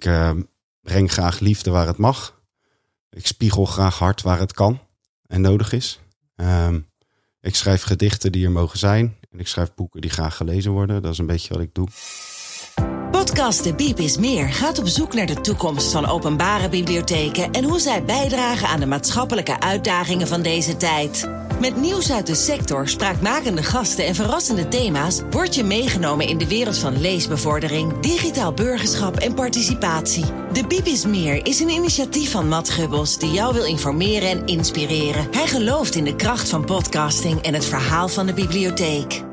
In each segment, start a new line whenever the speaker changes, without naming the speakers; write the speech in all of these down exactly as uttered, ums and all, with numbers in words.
Ik uh, breng graag liefde waar het mag. Ik spiegel graag hard waar het kan en nodig is. Um, ik schrijf gedichten die er mogen zijn. En ik schrijf boeken die graag gelezen worden. Dat is een beetje wat ik doe.
Podcast De Biep is Meer gaat op zoek naar de toekomst van openbare bibliotheken en hoe zij bijdragen aan de maatschappelijke uitdagingen van deze tijd. Met nieuws uit de sector, spraakmakende gasten en verrassende thema's word je meegenomen in de wereld van leesbevordering, digitaal burgerschap en participatie. De Biep is Meer is een initiatief van Matt Gubbels die jou wil informeren en inspireren. Hij gelooft in de kracht van podcasting en het verhaal van de bibliotheek.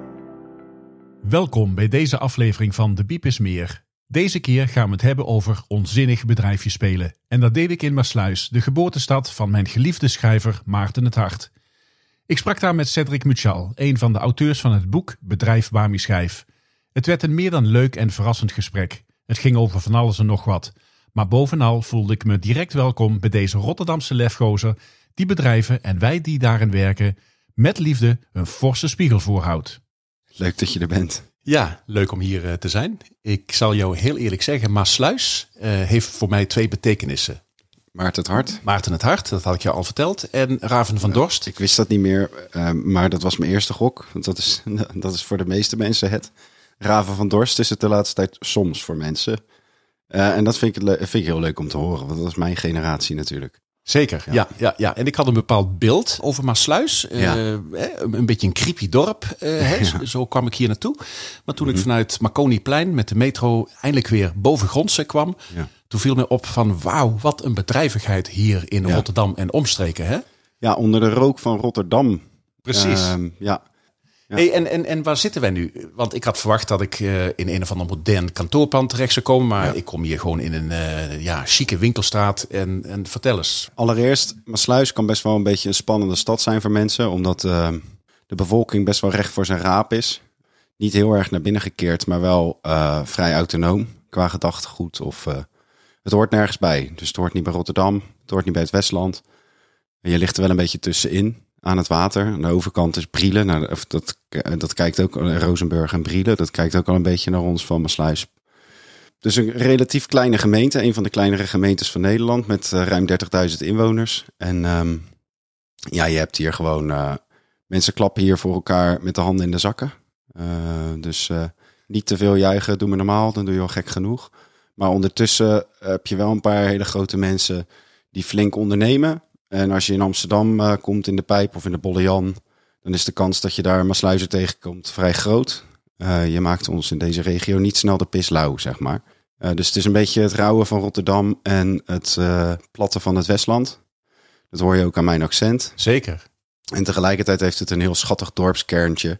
Welkom bij deze aflevering van De Biep is Meer. Deze keer gaan we het hebben over onzinnig bedrijfje spelen. En dat deed ik in Maassluis, de geboortestad van mijn geliefde schrijver Maarten het Hart. Ik sprak daar met Cedric Muchal, een van de auteurs van het boek Bedrijf Bami Schijf. Het werd een meer dan leuk en verrassend gesprek. Het ging over van alles en nog wat. Maar bovenal voelde ik me direct welkom bij deze Rotterdamse lefgozer die bedrijven en wij die daarin werken met liefde een forse spiegel voorhoudt.
Leuk dat je er bent.
Ja, leuk om hier uh, te zijn. Ik zal jou heel eerlijk zeggen, Maassluis uh, heeft voor mij twee betekenissen.
Maarten het Hart.
Maarten het Hart, dat had ik jou al verteld. En Raven van Dorst.
Uh, ik wist dat niet meer, uh, maar dat was mijn eerste gok. Want dat is, dat is voor de meeste mensen het. Raven van Dorst is het de laatste tijd soms voor mensen. Uh, en dat vind ik, vind ik heel leuk om te horen, want dat is mijn generatie natuurlijk.
Zeker, ja. Ja, ja, ja. En ik had een bepaald beeld over Maassluis. Ja. Uh, een beetje een creepy dorp. Uh, ja. Zo kwam ik hier naartoe. Maar toen mm-hmm. ik vanuit Marconiplein met de metro eindelijk weer bovengronds kwam, ja. toen viel me op van wauw, wat een bedrijvigheid hier in ja. Rotterdam en omstreken. Hè?
Ja, onder de rook van Rotterdam.
Precies.
Uh, ja.
Ja. Hey, en, en, en waar zitten wij nu? Want ik had verwacht dat ik uh, in een of ander modern kantoorpand terecht zou komen. Maar ja. ik kom hier gewoon in een uh, ja, chique winkelstraat. En, en vertel eens.
Allereerst, Maassluis kan best wel een beetje een spannende stad zijn voor mensen. Omdat uh, de bevolking best wel recht voor zijn raap is. Niet heel erg naar binnen gekeerd, maar wel uh, vrij autonoom qua gedachtegoed. Of, uh, het hoort nergens bij. Dus het hoort niet bij Rotterdam. Het hoort niet bij het Westland. En je ligt er wel een beetje tussenin. Aan het water. Aan de overkant is Brielen. Nou, dat, dat kijkt ook Rozenburg en Brielen. Dat kijkt ook al een beetje naar ons van Maassluis. Dus een relatief kleine gemeente. Een van de kleinere gemeentes van Nederland. Met uh, ruim dertigduizend inwoners. En um, ja, je hebt hier gewoon... Uh, mensen klappen hier voor elkaar met de handen in de zakken. Uh, dus uh, niet te veel juichen. Doe maar normaal. Dan doe je al gek genoeg. Maar ondertussen heb je wel een paar hele grote mensen die flink ondernemen. En als je in Amsterdam uh, komt in de Pijp of in de Bolle Jan, dan is de kans dat je daar Maassluizer tegenkomt vrij groot. Uh, je maakt ons in deze regio niet snel de pis lauw, zeg maar. Uh, dus het is een beetje het rauwe van Rotterdam en het uh, platte van het Westland. Dat hoor je ook aan mijn accent.
Zeker.
En tegelijkertijd heeft het een heel schattig dorpskerntje.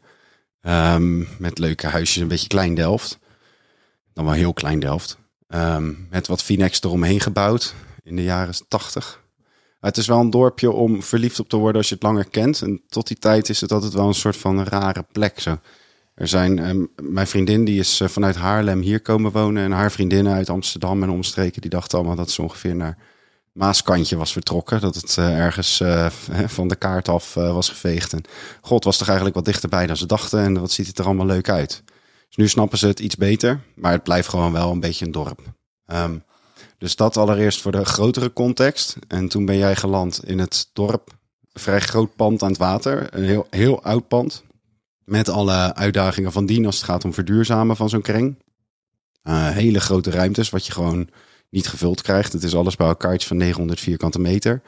Um, met leuke huisjes, een beetje Klein Delft. Dan wel heel Klein Delft. Um, met wat Finex eromheen gebouwd in de jaren tachtig. Het is wel een dorpje om verliefd op te worden als je het langer kent. En tot die tijd is het altijd wel een soort van rare plek. Zo. Er zijn, um, mijn vriendin die is uh, vanuit Haarlem hier komen wonen. En haar vriendinnen uit Amsterdam en omstreken, die dachten allemaal dat ze ongeveer naar Maaskantje was vertrokken. Dat het uh, ergens uh, van de kaart af uh, was geveegd. En god, was toch eigenlijk wat dichterbij dan ze dachten. En wat ziet het er allemaal leuk uit. Dus nu snappen ze het iets beter. Maar het blijft gewoon wel een beetje een dorp. Um, Dus dat allereerst voor de grotere context. En toen ben jij geland in het dorp. Een vrij groot pand aan het water. Een heel, heel oud pand. Met alle uitdagingen van dien als het gaat om verduurzamen van zo'n kring. Uh, hele grote ruimtes wat je gewoon niet gevuld krijgt. Het is alles bij elkaar iets van negenhonderd vierkante meter.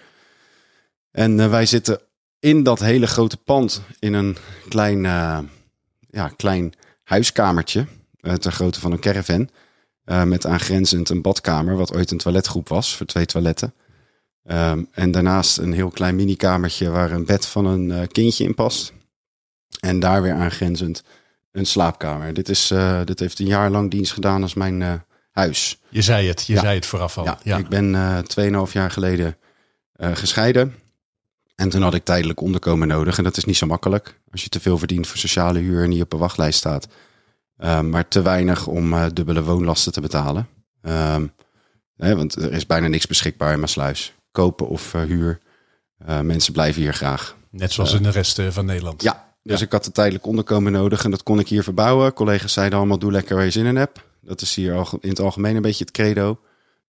En uh, wij zitten in dat hele grote pand in een klein, uh, ja, klein huiskamertje. Uh, ter grootte van een caravan. Uh, met aangrenzend een badkamer, wat ooit een toiletgroep was, voor twee toiletten. Um, en daarnaast een heel klein minikamertje waar een bed van een uh, kindje in past. En daar weer aangrenzend een slaapkamer. Dit, is, uh, dit heeft een jaar lang dienst gedaan als mijn uh, huis.
Je zei het, je ja. zei het vooraf al.
Ja, ja. Ik ben uh, tweeënhalf jaar geleden uh, gescheiden. En toen had ik tijdelijk onderkomen nodig. En dat is niet zo makkelijk. Als je te veel verdient voor sociale huur en niet op een wachtlijst staat. Uh, maar te weinig om uh, dubbele woonlasten te betalen. Um, hè, want er is bijna niks beschikbaar in Maassluis. Kopen of uh, huur. Uh, mensen blijven hier graag.
Net zoals uh, in de rest uh, van Nederland.
Ja, dus
ja.
ik had een tijdelijk onderkomen nodig. En dat kon ik hier verbouwen. Collega's zeiden allemaal, doe lekker waar je zin in hebt. Dat is hier al, in het algemeen een beetje het credo.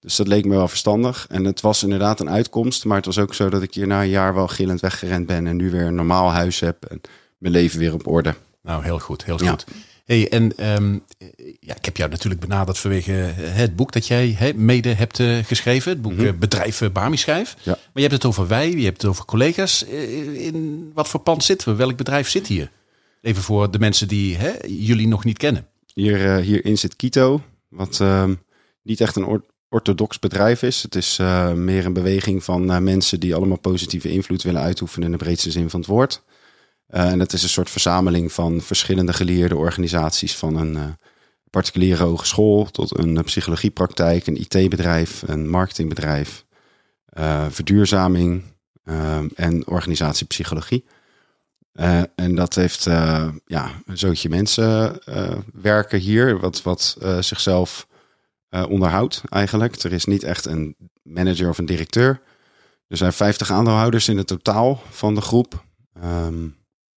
Dus dat leek me wel verstandig. En het was inderdaad een uitkomst. Maar het was ook zo dat ik hier na een jaar wel gillend weggerend ben. En nu weer een normaal huis heb. En mijn leven weer op orde.
Nou, heel goed, heel
Ja.
goed. Hey, en um, ja, ik heb jou natuurlijk benaderd vanwege het boek dat jij he, mede hebt uh, geschreven. Het boek mm-hmm. uh, Bedrijf uh, Bami Schijf. Ja. Maar je hebt het over wij, je hebt het over collega's. Uh, in wat voor pand zitten we? Welk bedrijf zit hier? Even voor de mensen die he, jullie nog niet kennen.
Hier, uh, hierin zit Kito, wat uh, niet echt een or- orthodox bedrijf is. Het is uh, meer een beweging van uh, mensen die allemaal positieve invloed willen uitoefenen in de breedste zin van het woord. Uh, en het is een soort verzameling van verschillende geleerde organisaties. Van een uh, particuliere hogeschool tot een uh, psychologiepraktijk, een I T-bedrijf, een marketingbedrijf, uh, verduurzaming uh, en organisatie psychologie. Uh, en dat heeft uh, ja, een zootje mensen uh, werken hier, wat, wat uh, zichzelf uh, onderhoudt eigenlijk. Er is niet echt een manager of een directeur. Er zijn vijftig aandeelhouders in het totaal van de groep. Um,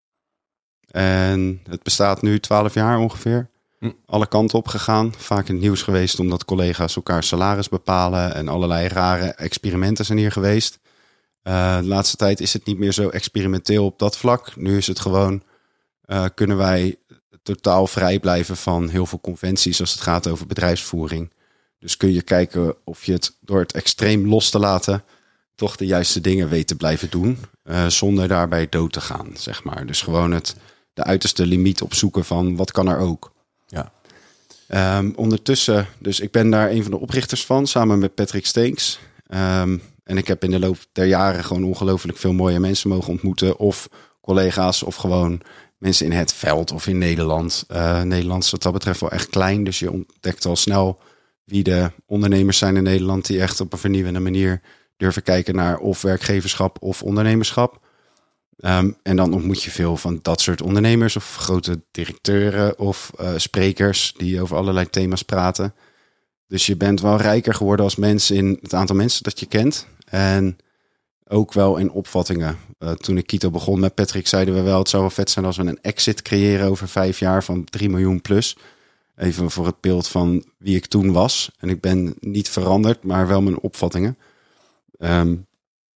En het bestaat nu twaalf jaar ongeveer. Hm. Alle kanten op gegaan. Vaak in het nieuws geweest omdat collega's elkaar salaris bepalen. En allerlei rare experimenten zijn hier geweest. Uh, de laatste tijd is het niet meer zo experimenteel op dat vlak. Nu is het gewoon, uh, kunnen wij totaal vrij blijven van heel veel conventies als het gaat over bedrijfsvoering. Dus kun je kijken of je het door het extreem los te laten toch de juiste dingen weet te blijven doen. Uh, zonder daarbij dood te gaan, zeg maar. Dus gewoon het... de uiterste limiet opzoeken van wat kan er ook.
Ja.
Um, ondertussen, dus ik ben daar een van de oprichters van, samen met Patrick Steens. Um, en ik heb in de loop der jaren gewoon ongelooflijk veel mooie mensen mogen ontmoeten. Of collega's, of gewoon mensen in het veld of in Nederland. Uh, Nederland is wat dat betreft wel echt klein. Dus je ontdekt al snel wie de ondernemers zijn in Nederland die echt op een vernieuwende manier durven kijken naar of werkgeverschap of ondernemerschap. Um, en dan ontmoet je veel van dat soort ondernemers of grote directeuren of uh, sprekers die over allerlei thema's praten. Dus je bent wel rijker geworden als mens in het aantal mensen dat je kent. En ook wel in opvattingen. Uh, toen ik Kito begon met Patrick zeiden we wel, het zou wel vet zijn als we een exit creëren over vijf jaar van drie miljoen plus. Even voor het beeld van wie ik toen was. En ik ben niet veranderd, maar wel mijn opvattingen. Um,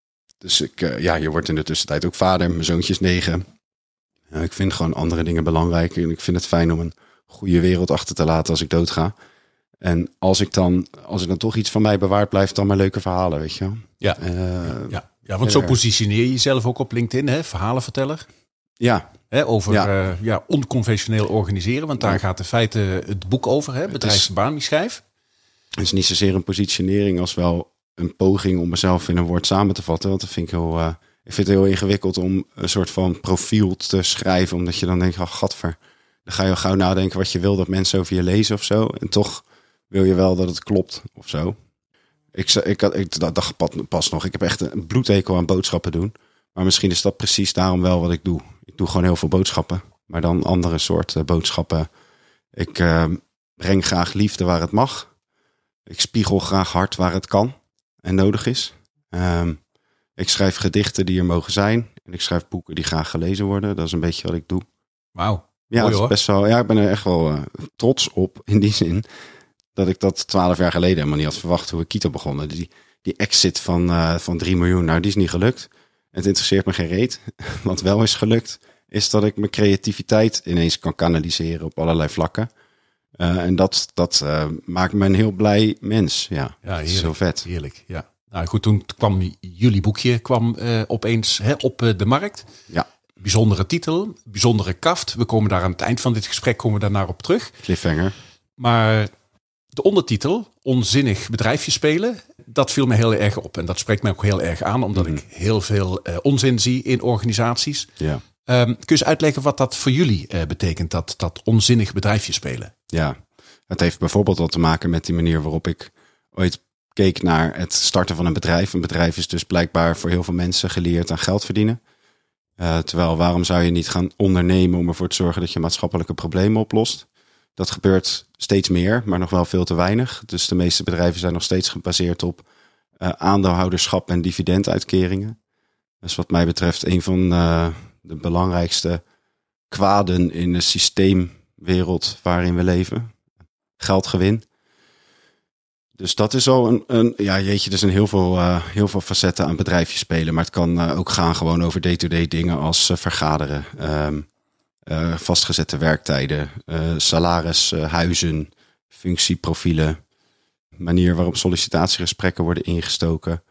Dus ik, uh, ja, je wordt in de tussentijd ook vader. Mijn zoontje is negen. Uh, ik vind gewoon andere dingen belangrijk. En ik vind het fijn om een goede wereld achter te laten als ik doodga. En als ik dan, als er dan toch iets van mij bewaard blijft, dan maar leuke verhalen, weet je wel.
Ja, uh, ja. ja want zo positioneer je jezelf ook op LinkedIn, hè? Verhalenverteller.
Ja.
Hè, over ja. Uh, ja, onconventioneel organiseren. Want daar ja. gaat in feite het boek over, hè? Bedrijf Bami Schijf.
Het is niet zozeer een positionering als wel een poging om mezelf in een woord samen te vatten. Want dat vind ik heel, uh, ik vind het heel ingewikkeld om een soort van profiel te schrijven. Omdat je dan denkt, oh gadver, dan ga je al gauw nadenken wat je wil dat mensen over je lezen of zo. En toch wil je wel dat het klopt of zo. Ik, ik, ik, ik dacht pas nog, ik heb echt een bloedhekel aan boodschappen doen. Maar misschien is dat precies daarom wel wat ik doe. Ik doe gewoon heel veel boodschappen. Maar dan andere soorten boodschappen. Ik uh, breng graag liefde waar het mag. Ik spiegel graag hard waar het kan en nodig is. Um, ik schrijf gedichten die er mogen zijn. En ik schrijf boeken die graag gelezen worden. Dat is een beetje wat ik doe.
Wauw.
Ja, dat is best wel, ja, ik ben er echt wel uh, trots op in die zin. Dat ik dat twaalf jaar geleden helemaal niet had verwacht hoe ik Kito begonnen. Die, die exit van, uh, van drie miljoen, nou die is niet gelukt. Het interesseert me geen reet. Wat wel is gelukt, is dat ik mijn creativiteit ineens kan kanaliseren op allerlei vlakken. Uh, en dat, dat uh, maakt me een heel blij mens. Ja,
ja heerlijk,
zo vet.
Heerlijk, ja. Nou goed, toen kwam jullie boekje kwam uh, opeens hè, op uh, de markt.
Ja.
Bijzondere titel, bijzondere kaft. We komen daar aan het eind van dit gesprek komen we daarnaar op terug.
Cliffhanger.
Maar de ondertitel, onzinnig bedrijfje spelen, dat viel me heel erg op. En dat spreekt mij ook heel erg aan, omdat mm-hmm. ik heel veel uh, onzin zie in organisaties.
Ja.
Um, kun je eens uitleggen wat dat voor jullie uh, betekent, dat, dat onzinnig bedrijfje spelen?
Ja, het heeft bijvoorbeeld al te maken met die manier waarop ik ooit keek naar het starten van een bedrijf. Een bedrijf is dus blijkbaar voor heel veel mensen geleerd aan geld verdienen. Uh, terwijl waarom zou je niet gaan ondernemen om ervoor te zorgen dat je maatschappelijke problemen oplost? Dat gebeurt steeds meer, maar nog wel veel te weinig. Dus de meeste bedrijven zijn nog steeds gebaseerd op uh, aandeelhouderschap en dividenduitkeringen. Dat is wat mij betreft een van uh, de belangrijkste kwaden in de systeemwereld waarin we leven. Geldgewin. Dus dat is al een, een ja jeetje, er zijn heel veel, uh, heel veel facetten aan bedrijfje spelen. Maar het kan uh, ook gaan gewoon over day-to-day dingen als uh, vergaderen, um, uh, vastgezette werktijden, uh, salaris, uh, huizen, functieprofielen, manier waarop sollicitatiegesprekken worden ingestoken,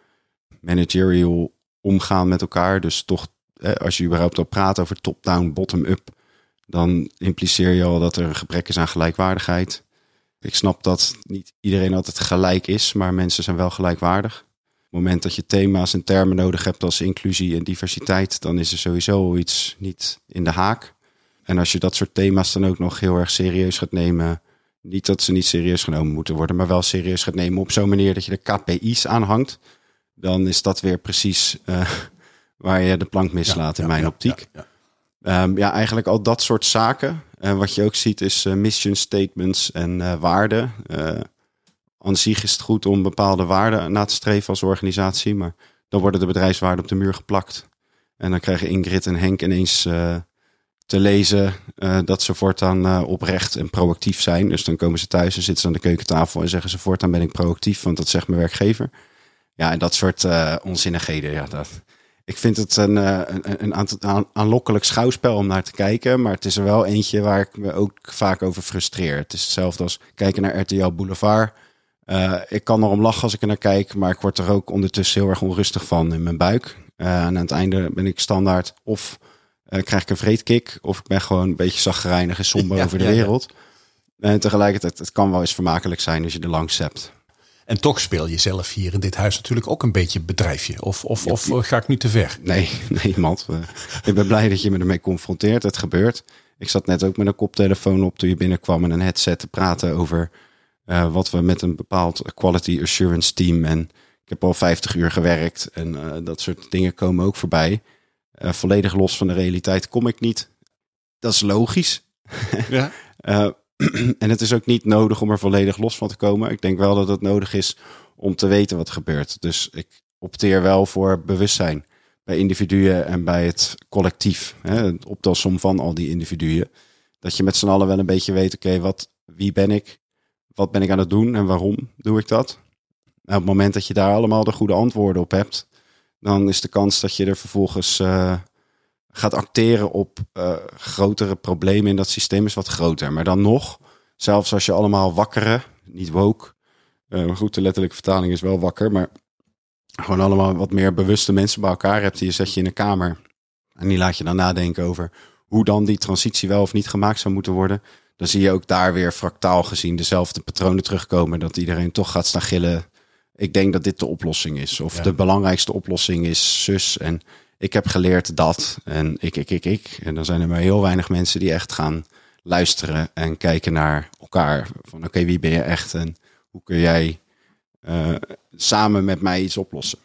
managerial omgaan met elkaar. Dus toch, eh, als je überhaupt al praat over top-down, bottom-up, dan impliceer je al dat er een gebrek is aan gelijkwaardigheid. Ik snap dat niet iedereen altijd gelijk is, maar mensen zijn wel gelijkwaardig. Op het moment dat je thema's en termen nodig hebt als inclusie en diversiteit, dan is er sowieso iets niet in de haak. En als je dat soort thema's dan ook nog heel erg serieus gaat nemen, niet dat ze niet serieus genomen moeten worden, maar wel serieus gaat nemen op zo'n manier dat je de K P I's aanhangt, dan is dat weer precies uh, waar je de plank mislaat ja, in ja, mijn ja, optiek. Ja, ja. Um, ja, eigenlijk al dat soort zaken. Uh, wat je ook ziet is uh, mission statements en uh, waarden. Uh, aan zich is het goed om bepaalde waarden na te streven als organisatie, maar dan worden de bedrijfswaarden op de muur geplakt. En dan krijgen Ingrid en Henk ineens uh, te lezen uh, dat ze voortaan uh, oprecht en proactief zijn. Dus dan komen ze thuis en zitten ze aan de keukentafel en zeggen ze voortaan ben ik proactief, want dat zegt mijn werkgever. Ja, en dat soort uh, onzinnigheden. Ja, dat, ik vind het een, uh, een, een aan, aanlokkelijk schouwspel om naar te kijken. Maar het is er wel eentje waar ik me ook vaak over frustreer. Het is hetzelfde als kijken naar R T L Boulevard. Uh, ik kan erom lachen als ik er naar kijk. Maar ik word er ook ondertussen heel erg onrustig van in mijn buik. Uh, en aan het einde ben ik standaard of uh, krijg ik een vreedkick. Of ik ben gewoon een beetje chagrijnig en somber ja, over de ja, wereld. Ja. En tegelijkertijd, het kan wel eens vermakelijk zijn als je er langs hebt.
En toch speel je zelf hier in dit huis natuurlijk ook een beetje bedrijfje. Of, of, ja, of ga ik nu te ver?
Nee, nee, Matt. Uh, ik ben blij dat je me ermee confronteert. Het gebeurt. Ik zat net ook met een koptelefoon op toen je binnenkwam en een headset te praten over uh, wat we met een bepaald quality assurance team. En ik heb al vijftig uur gewerkt en uh, dat soort dingen komen ook voorbij. Uh, volledig los van de realiteit kom ik niet. Dat is logisch. Ja. uh, En het is ook niet nodig om er volledig los van te komen. Ik denk wel dat het nodig is om te weten wat er gebeurt. Dus ik opteer wel voor bewustzijn bij individuen en bij het collectief. Hè, het optelsom van al die individuen. Dat je met z'n allen wel een beetje weet, oké, okay, wat, wie ben ik? Wat ben ik aan het doen en waarom doe ik dat? Nou, op het moment dat je daar allemaal de goede antwoorden op hebt, dan is de kans dat je er vervolgens uh, gaat acteren op uh, grotere problemen in dat systeem is wat groter. Maar dan nog, zelfs als je allemaal wakkere, niet woke, uh, maar goed, de letterlijke vertaling is wel wakker, maar gewoon allemaal wat meer bewuste mensen bij elkaar hebt, die je zet je in een kamer en die laat je dan nadenken over hoe dan die transitie wel of niet gemaakt zou moeten worden. Dan zie je ook daar weer fractaal gezien dezelfde patronen terugkomen, dat iedereen toch gaat staan gillen. Ik denk dat dit de oplossing is. Of ja. de belangrijkste oplossing is zus. En ik heb geleerd dat. En ik, ik, ik, ik. En dan zijn er maar heel weinig mensen die echt gaan luisteren en kijken naar elkaar. Van oké, okay, wie ben je echt? En hoe kun jij uh, samen met mij iets oplossen?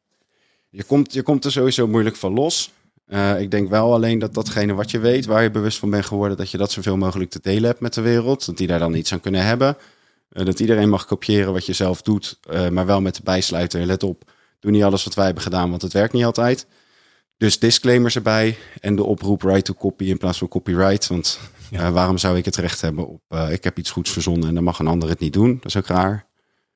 Je komt, je komt er sowieso moeilijk van los. Uh, ik denk wel alleen dat datgene wat je weet, waar je bewust van bent geworden, dat je dat zoveel mogelijk te delen hebt met de wereld. Dat die daar dan iets aan kunnen hebben. Uh, dat iedereen mag kopiëren wat je zelf doet, uh, maar wel met de bijsluiter. Let op, doe niet alles wat wij hebben gedaan, want het werkt niet altijd. Dus disclaimers erbij en de oproep right to copy in plaats van copyright. Want uh, ja. waarom zou ik het recht hebben op uh, ik heb iets goeds verzonnen en dan mag een ander het niet doen? Dat is ook raar.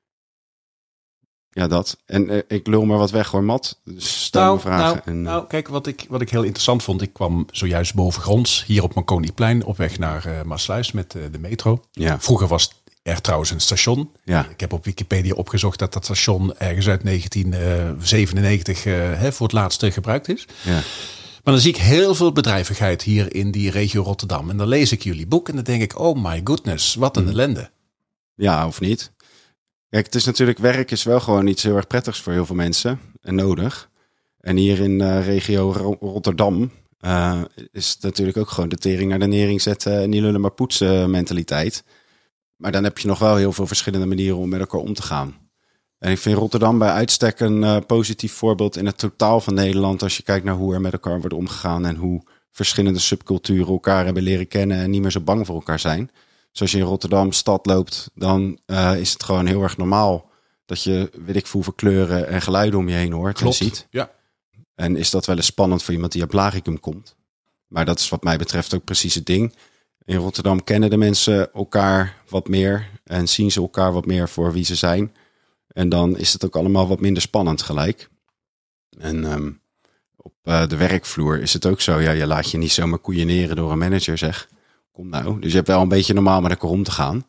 Ja, dat. En uh, ik lul maar wat weg hoor, Matt. Dus stel
nou,
me vragen.
Nou,
en, uh...
nou, kijk, wat ik, wat ik heel interessant vond. Ik kwam zojuist bovengronds hier op Marconiplein op weg naar uh, Maassluis met uh, de metro.
Ja.
Vroeger was er trouwens een station.
Ja.
Ik heb op Wikipedia opgezocht dat dat station ergens uit negentien zevenennegentig uh, hè, voor het laatste gebruikt is.
Ja.
Maar dan zie ik heel veel bedrijvigheid hier in die regio Rotterdam. En dan lees ik jullie boek en dan denk ik, oh my goodness, wat een mm. ellende.
Ja, of niet? Kijk, het is natuurlijk, werk is wel gewoon iets heel erg prettigs voor heel veel mensen en nodig. En hier in uh, regio Ro- Rotterdam uh, is het natuurlijk ook gewoon de tering naar de nering zetten en niet lullen maar poetsen mentaliteit. Maar dan heb je nog wel heel veel verschillende manieren om met elkaar om te gaan. En ik vind Rotterdam bij uitstek een uh, positief voorbeeld in het totaal van Nederland. Als je kijkt naar hoe er met elkaar wordt omgegaan en hoe verschillende subculturen elkaar hebben leren kennen en niet meer zo bang voor elkaar zijn. Dus als je in Rotterdam stad loopt, dan uh, is het gewoon heel erg normaal dat je, weet ik veel, kleuren en geluiden om je heen hoort
Klopt.
en ziet.
Ja.
En is dat wel eens spannend voor iemand die op Blaricum komt. Maar dat is wat mij betreft ook precies het ding. In Rotterdam kennen de mensen elkaar wat meer en zien ze elkaar wat meer voor wie ze zijn. En dan is het ook allemaal wat minder spannend gelijk. En um, op uh, de werkvloer is het ook zo. Ja, je laat je niet zomaar koeieneren door een manager, zeg. Kom nou. Dus je hebt wel een beetje normaal met elkaar om te gaan.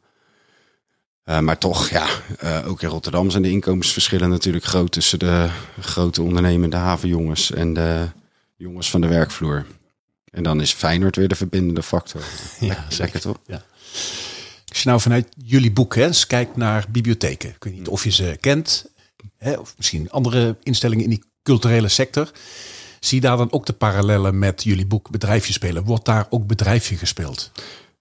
Uh, maar toch, ja, uh, ook in Rotterdam zijn de inkomensverschillen natuurlijk groot tussen de grote ondernemende havenjongens en de jongens van de werkvloer. En dan is Feyenoord weer de verbindende factor. Ja, zeker toch?
Ja. Als je nou vanuit jullie boek hè, eens kijkt naar bibliotheken. Ik weet niet of je ze kent, hè, of misschien andere instellingen in die culturele sector. Zie je daar dan ook de parallellen met jullie boek Bedrijfje spelen? Wordt daar ook bedrijfje gespeeld?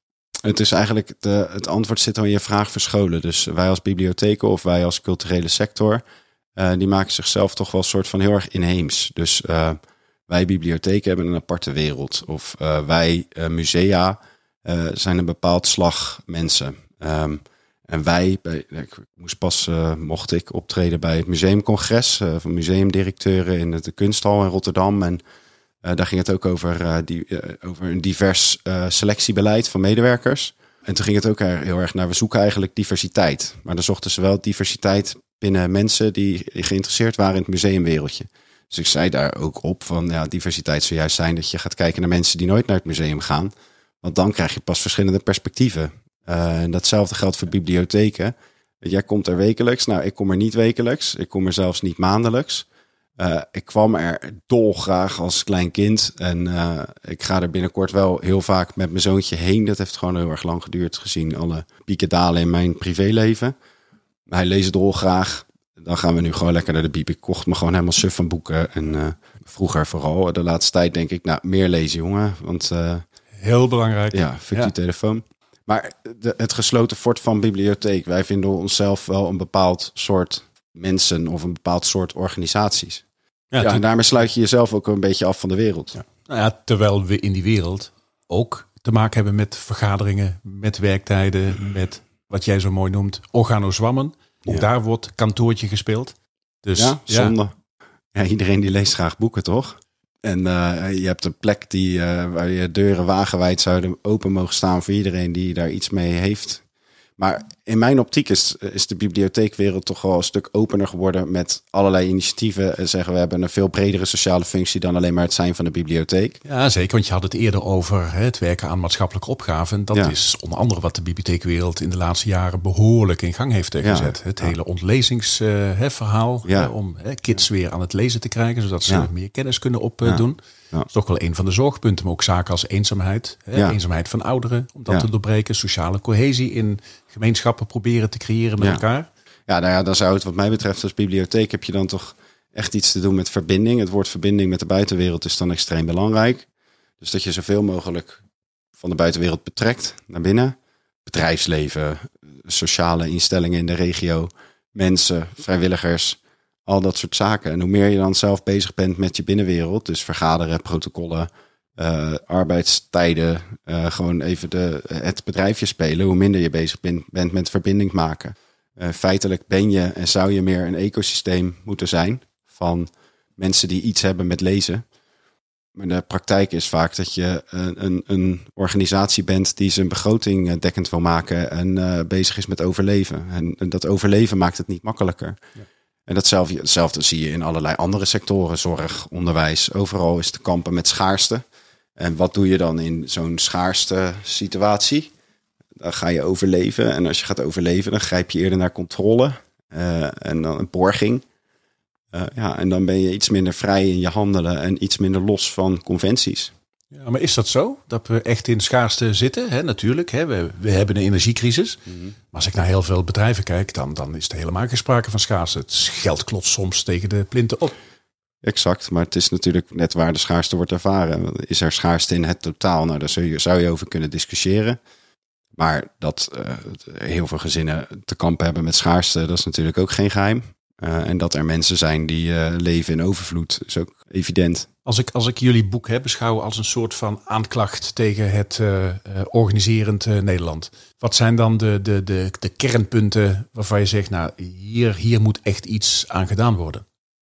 Het is eigenlijk, de, het antwoord zit al in je vraag verscholen. Dus wij als bibliotheken of wij als culturele sector, uh, die maken zichzelf toch wel een soort van heel erg inheems. Dus uh, wij bibliotheken hebben een aparte wereld. Of uh, wij uh, musea uh, zijn een bepaald slag mensen. Um, en wij, bij, ik moest pas, uh, mocht ik optreden bij het museumcongres uh, van museumdirecteuren in de Kunsthal in Rotterdam. En uh, daar ging het ook over, uh, die, uh, over een divers uh, selectiebeleid van medewerkers. En toen ging het ook heel erg naar, we zoeken eigenlijk diversiteit. Maar dan zochten ze wel diversiteit binnen mensen die geïnteresseerd waren in het museumwereldje. Dus ik zei daar ook op van, ja, diversiteit zou juist zijn dat je gaat kijken naar mensen die nooit naar het museum gaan. Want dan krijg je pas verschillende perspectieven. Uh, en datzelfde geldt voor bibliotheken. Jij komt er wekelijks. Nou, ik kom er niet wekelijks. Ik kom er zelfs niet maandelijks. Uh, ik kwam er dolgraag als klein kind. En uh, ik ga er binnenkort wel heel vaak met mijn zoontje heen. Dat heeft gewoon heel erg lang geduurd gezien alle pieken dalen in mijn privéleven. Hij leest dolgraag. Dan gaan we nu gewoon lekker naar de bieb. Ik kocht me gewoon helemaal suf van boeken. En uh, vroeger vooral. De laatste tijd denk ik, nou, meer lezen, jongen. Want uh,
heel belangrijk.
Ja, fuck
ja.
die telefoon. Maar de, het gesloten fort van bibliotheek. Wij vinden onszelf wel een bepaald soort mensen of een bepaald soort organisaties. Ja, ja, en daarmee sluit je jezelf ook een beetje af van de wereld.
Ja. Nou ja, terwijl we in die wereld ook te maken hebben met vergaderingen, met werktijden, met wat jij zo mooi noemt, organozwammen. Ook ja. Daar wordt kantoortje gespeeld. Dus,
ja, zonde. Ja. Ja, iedereen die leest graag boeken, toch? En uh, je hebt een plek die, uh, waar je deuren wagenwijd zouden open mogen staan voor iedereen die daar iets mee heeft. Maar in mijn optiek is, is de bibliotheekwereld toch wel een stuk opener geworden met allerlei initiatieven. En zeggen we hebben een veel bredere sociale functie dan alleen maar het zijn van de bibliotheek.
Ja, zeker. Want je had het eerder over hè, het werken aan maatschappelijke opgaven. Dat ja. is onder andere wat de bibliotheekwereld in de laatste jaren behoorlijk in gang heeft gezet. Ja. Het hele ontlezingsverhaal uh, ja. om hè, kids weer aan het lezen te krijgen, zodat ze ja. meer kennis kunnen opdoen. Uh, ja. Ja. Dat is toch wel een van de zorgpunten, maar ook zaken als eenzaamheid. Hè, ja. Eenzaamheid van ouderen, om dat ja. te doorbreken. Sociale cohesie in gemeenschappen proberen te creëren met
ja.
elkaar.
Ja, nou ja, dan zou het wat mij betreft als bibliotheek heb je dan toch echt iets te doen met verbinding. Het woord verbinding met de buitenwereld is dan extreem belangrijk. Dus dat je zoveel mogelijk van de buitenwereld betrekt naar binnen. Bedrijfsleven, sociale instellingen in de regio, mensen, vrijwilligers, al dat soort zaken. En hoe meer je dan zelf bezig bent met je binnenwereld, dus vergaderen, protocollen, uh, arbeidstijden, uh, gewoon even de, het bedrijfje spelen, hoe minder je bezig bent, bent met verbinding maken. Uh, feitelijk ben je en zou je meer een ecosysteem moeten zijn van mensen die iets hebben met lezen. Maar de praktijk is vaak dat je een, een, een organisatie bent die zijn begroting dekkend wil maken en uh, bezig is met overleven. En, en dat overleven maakt het niet makkelijker. Ja. En datzelfde, hetzelfde zie je in allerlei andere sectoren, zorg, onderwijs. Overal is te kampen met schaarste. En wat doe je dan in zo'n schaarste situatie? Dan ga je overleven. En als je gaat overleven, dan grijp je eerder naar controle. Uh, en dan een borging. Uh, ja, en dan ben je iets minder vrij in je handelen en iets minder los van conventies.
Ja, maar is dat zo? Dat we echt in schaarste zitten? Hè, natuurlijk, hè, we, we hebben een energiecrisis. Mm-hmm. Maar als ik naar heel veel bedrijven kijk, dan, dan is er helemaal geen sprake van schaarste. Het geld klotst soms tegen de plinten op.
Exact, maar het is natuurlijk net waar de schaarste wordt ervaren. Is er schaarste in het totaal? Nou, daar zou je, zou je over kunnen discussiëren. Maar dat uh, heel veel gezinnen te kampen hebben met schaarste, dat is natuurlijk ook geen geheim. Uh, en dat er mensen zijn die uh, leven in overvloed, is ook evident.
Als ik, als ik jullie boek hè, beschouw als een soort van aanklacht tegen het uh, uh, organiserend uh, Nederland. Wat zijn dan de, de, de, de kernpunten waarvan je zegt, nou, hier, hier moet echt iets aan gedaan worden?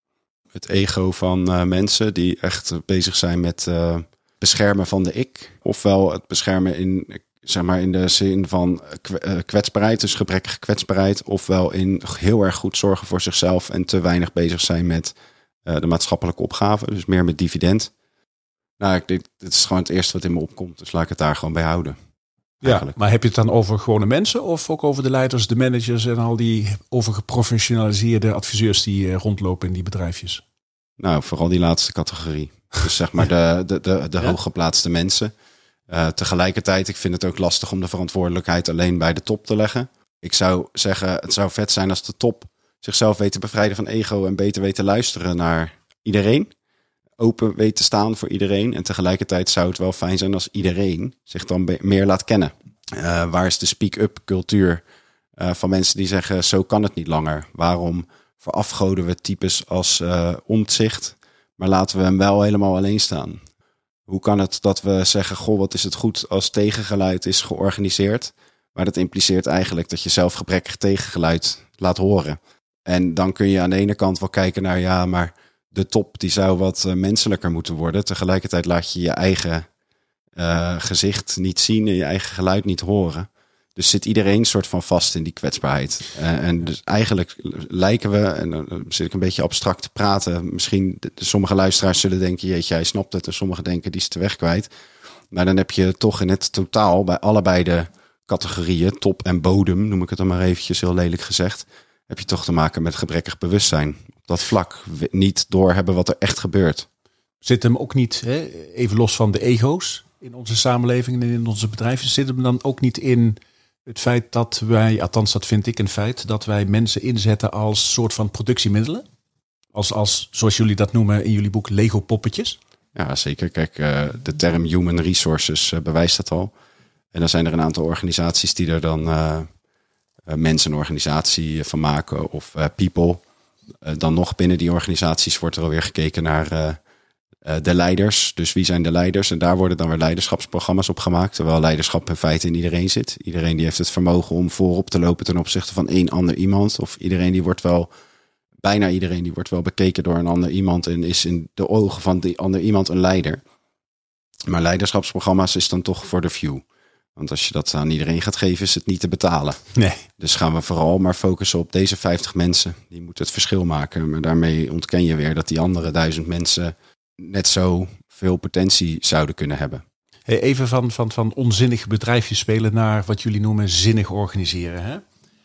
Het ego van uh, mensen die echt bezig zijn met uh, beschermen van de ik. Ofwel het beschermen in zeg maar in de zin van kwetsbaarheid, dus gebrekkige kwetsbaarheid, ofwel in heel erg goed zorgen voor zichzelf en te weinig bezig zijn met uh, de maatschappelijke opgave, dus meer met dividend. Nou, ik, dit, dit is gewoon het eerste wat in me opkomt, dus laat ik het daar gewoon bij houden.
Ja, maar heb je het dan over gewone mensen of ook over de leiders, de managers en al die overgeprofessionaliseerde adviseurs die uh, rondlopen in die bedrijfjes?
Nou, vooral die laatste categorie. Dus zeg maar de, de, de, de ja? hooggeplaatste mensen. Uh, tegelijkertijd, ik vind het ook lastig om de verantwoordelijkheid alleen bij de top te leggen. Ik zou zeggen, het zou vet zijn als de top zichzelf weet te bevrijden van ego en beter weet te luisteren naar iedereen. Open weet te staan voor iedereen. En tegelijkertijd zou het wel fijn zijn als iedereen zich dan be- meer laat kennen. Uh, waar is de speak-up cultuur uh, van mensen die zeggen, zo kan het niet langer. Waarom verafgoden we types als uh, Omtzigt, maar laten we hem wel helemaal alleen staan? Hoe kan het dat we zeggen, goh, wat is het goed als tegengeluid is georganiseerd? Maar dat impliceert eigenlijk dat je zelf gebrekkig tegengeluid laat horen. En dan kun je aan de ene kant wel kijken naar, ja, maar de top die zou wat uh, menselijker moeten worden. Tegelijkertijd laat je je eigen uh, gezicht niet zien en je eigen geluid niet horen. Dus zit iedereen soort van vast in die kwetsbaarheid. Uh, en dus eigenlijk lijken we, en dan zit ik een beetje abstract te praten. Misschien de, de, sommige luisteraars zullen denken, jeetje, hij snapt het. En sommigen denken, die is de weg kwijt. Maar dan heb je toch in het totaal bij allebei de categorieën, top en bodem, noem ik het dan maar eventjes heel lelijk gezegd, heb je toch te maken met gebrekkig bewustzijn. Op dat vlak niet doorhebben wat er echt gebeurt.
Zit hem ook niet, hè, even los van de ego's in onze samenleving en in onze bedrijven, zit hem dan ook niet in het feit dat wij, althans dat vind ik een feit, dat wij mensen inzetten als soort van productiemiddelen? Als, als zoals jullie dat noemen in jullie boek, Lego-poppetjes?
Ja, zeker. Kijk, uh, de term human resources uh, bewijst dat al. En dan zijn er een aantal organisaties die er dan uh, uh, mensen een organisatie van maken of uh, people. Uh, dan nog binnen die organisaties wordt er alweer gekeken naar uh, uh, de leiders. Dus wie zijn de leiders? En daar worden dan weer leiderschapsprogramma's op gemaakt. Terwijl leiderschap in feite in iedereen zit. Iedereen die heeft het vermogen om voorop te lopen ten opzichte van één ander iemand. Of iedereen die wordt wel, bijna iedereen die wordt wel bekeken door een ander iemand en is in de ogen van die ander iemand een leider. Maar leiderschapsprogramma's is dan toch voor de few. Want als je dat aan iedereen gaat geven, is het niet te betalen.
Nee.
Dus gaan we vooral maar focussen op deze vijftig mensen. Die moeten het verschil maken. Maar daarmee ontken je weer dat die andere duizend mensen net zo veel potentie zouden kunnen hebben.
Hey, even van, van, van onzinnig bedrijfjes spelen naar wat jullie noemen zinnig organiseren. Hè?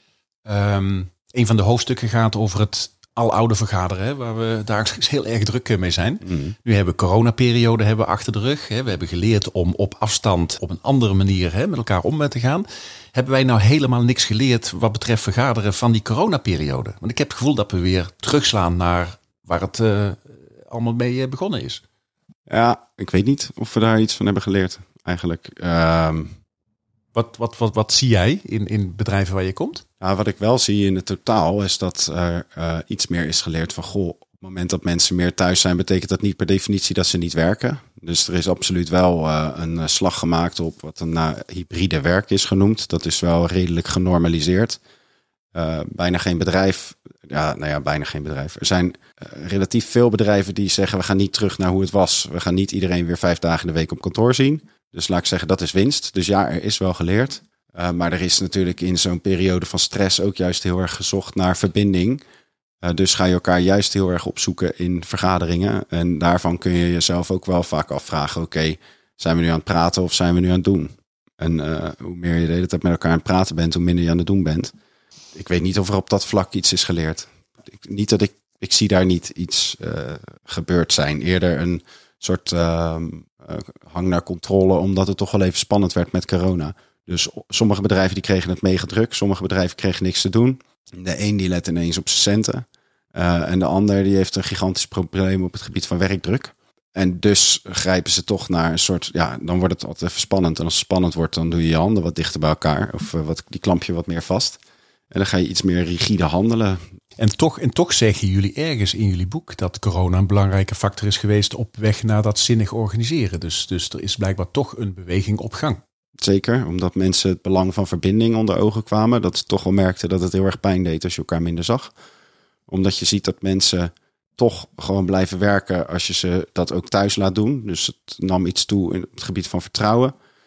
Um, een van de hoofdstukken gaat over het aloude vergaderen, hè, waar we dagelijks heel erg druk mee zijn. Mm. Nu hebben we coronaperiode hebben we achter de rug. Hè. We hebben geleerd om op afstand op een andere manier hè, met elkaar om te gaan. Hebben wij nou helemaal niks geleerd wat betreft vergaderen van die coronaperiode? Want ik heb het gevoel dat we weer terugslaan naar waar het uh, allemaal mee begonnen is.
Ja, ik weet niet of we daar iets van hebben geleerd eigenlijk. Um...
Wat, wat, wat, wat zie jij in, in bedrijven waar je komt?
Nou, wat ik wel zie in het totaal is dat er uh, iets meer is geleerd van, goh, op het moment dat mensen meer thuis zijn, betekent dat niet per definitie dat ze niet werken. Dus er is absoluut wel uh, een slag gemaakt op wat een uh, hybride werk is genoemd. Dat is wel redelijk genormaliseerd. Uh, bijna geen bedrijf, ja, nou ja, bijna geen bedrijf. Er zijn uh, relatief veel bedrijven die zeggen, we gaan niet terug naar hoe het was. We gaan niet iedereen weer vijf dagen in de week op kantoor zien. Dus laat ik zeggen, dat is winst. Dus ja, er is wel geleerd. Uh, maar er is natuurlijk in zo'n periode van stress ook juist heel erg gezocht naar verbinding. Uh, dus ga je elkaar juist heel erg opzoeken in vergaderingen. En daarvan kun je jezelf ook wel vaak afvragen, oké, okay, zijn we nu aan het praten of zijn we nu aan het doen? En uh, hoe meer je de hele tijd met elkaar aan het praten bent, hoe minder je aan het doen bent. Ik weet niet of er op dat vlak iets is geleerd. Ik, niet dat ik, ik zie daar niet iets uh, gebeurd zijn. Eerder een soort uh, uh, hang naar controle, omdat het toch wel even spannend werd met corona. Dus sommige bedrijven die kregen het mega druk. Sommige bedrijven kregen niks te doen. De een die let ineens op zijn centen. Uh, en de ander die heeft een gigantisch probleem op het gebied van werkdruk. En dus grijpen ze toch naar een soort, ja, dan wordt het altijd even spannend. En als het spannend wordt, dan doe je je handen wat dichter bij elkaar. Of uh, wat, die klamp je wat meer vast. En dan ga je iets meer rigide handelen.
En toch, en toch zeggen jullie ergens in jullie boek dat corona een belangrijke factor is geweest op weg naar dat zinnig organiseren. Dus, dus er is blijkbaar toch een beweging op gang.
Zeker, omdat mensen het belang van verbinding onder ogen kwamen. Dat ze toch wel merkten dat het heel erg pijn deed als je elkaar minder zag. Omdat je ziet dat mensen toch gewoon blijven werken als je ze dat ook thuis laat doen. Dus het nam iets toe in het gebied van vertrouwen.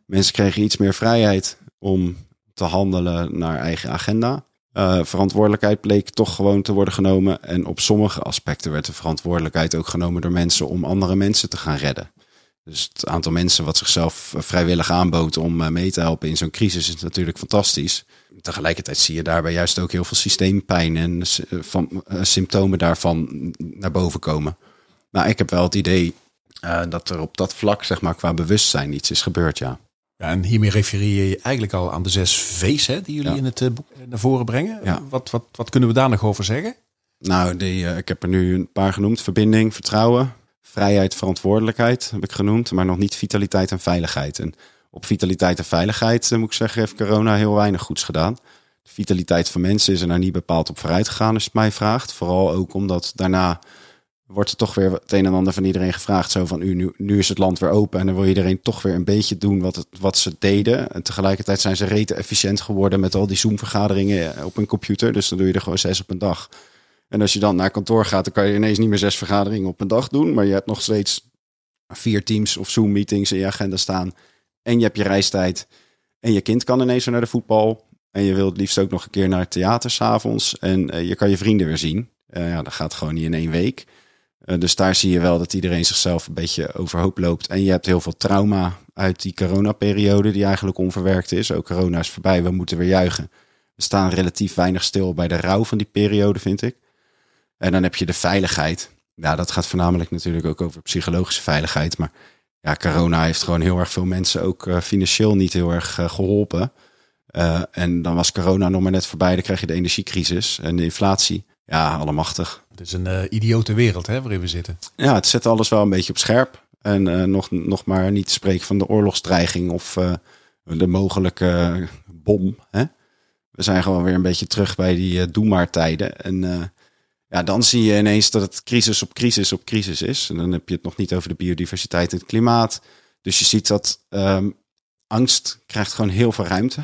Mensen kregen iets meer vrijheid om te handelen naar eigen agenda. Uh, verantwoordelijkheid bleek toch gewoon te worden genomen. En op sommige aspecten werd de verantwoordelijkheid ook genomen door mensen om andere mensen te gaan redden. Dus het aantal mensen wat zichzelf vrijwillig aanbood om mee te helpen in zo'n crisis is natuurlijk fantastisch. Tegelijkertijd zie je daarbij juist ook heel veel systeempijn en van, uh, symptomen daarvan naar boven komen. Nou, ik heb wel het idee uh, dat er op dat vlak, zeg maar, qua bewustzijn iets is gebeurd, ja.
Ja, en hiermee refereer je eigenlijk al aan de zes V's hè, die jullie ja. in het uh, boek naar voren brengen. Ja. Wat, wat, wat kunnen we daar nog over zeggen?
Nou, die, uh, ik heb er nu een paar genoemd. Verbinding, vertrouwen, vrijheid, verantwoordelijkheid heb ik genoemd. Maar nog niet vitaliteit en veiligheid. En op vitaliteit en veiligheid, uh, moet ik zeggen, heeft corona heel weinig goeds gedaan. De vitaliteit van mensen is er nou niet bepaald op vooruit gegaan, als je het mij vraagt. Vooral ook omdat daarna wordt er toch weer het een en ander van iedereen gevraagd. Zo van, nu, nu is het land weer open en dan wil iedereen toch weer een beetje doen wat, het, wat ze deden. En tegelijkertijd zijn ze rete efficiënt geworden met al die Zoom-vergaderingen op een computer. Dus dan doe je er gewoon zes op een dag. En als je dan naar kantoor gaat, dan kan je ineens niet meer zes vergaderingen op een dag doen. Maar je hebt nog steeds vier Teams of Zoom-meetings in je agenda staan. En je hebt je reistijd. En je kind kan ineens weer naar de voetbal. En je wilt het liefst ook nog een keer naar het theater 's avonds. En uh, je kan je vrienden weer zien. Uh, ja, dat gaat gewoon niet in één week. Uh, dus daar zie je wel dat iedereen zichzelf een beetje overhoop loopt. En je hebt heel veel trauma uit die coronaperiode die eigenlijk onverwerkt is. Ook corona is voorbij, we moeten weer juichen. We staan relatief weinig stil bij de rouw van die periode, vind ik. En dan heb je de veiligheid. Ja, dat gaat voornamelijk natuurlijk ook over psychologische veiligheid. Maar ja, corona heeft gewoon heel erg veel mensen ook uh, financieel niet heel erg uh, geholpen. Uh, en dan was corona nog maar net voorbij. Dan krijg je de energiecrisis en de inflatie. Ja, allemachtig.
Het is een uh, idiote wereld hè, waarin we zitten.
Ja, het zet alles wel een beetje op scherp. En uh, nog, nog maar niet te spreken van de oorlogsdreiging of uh, de mogelijke uh, bom. Hè? We zijn gewoon weer een beetje terug bij die uh, doe maar tijden. En uh, ja, dan zie je ineens dat het crisis op crisis op crisis is. En dan heb je het nog niet over de biodiversiteit en het klimaat. Dus je ziet dat um, angst krijgt gewoon heel veel ruimte.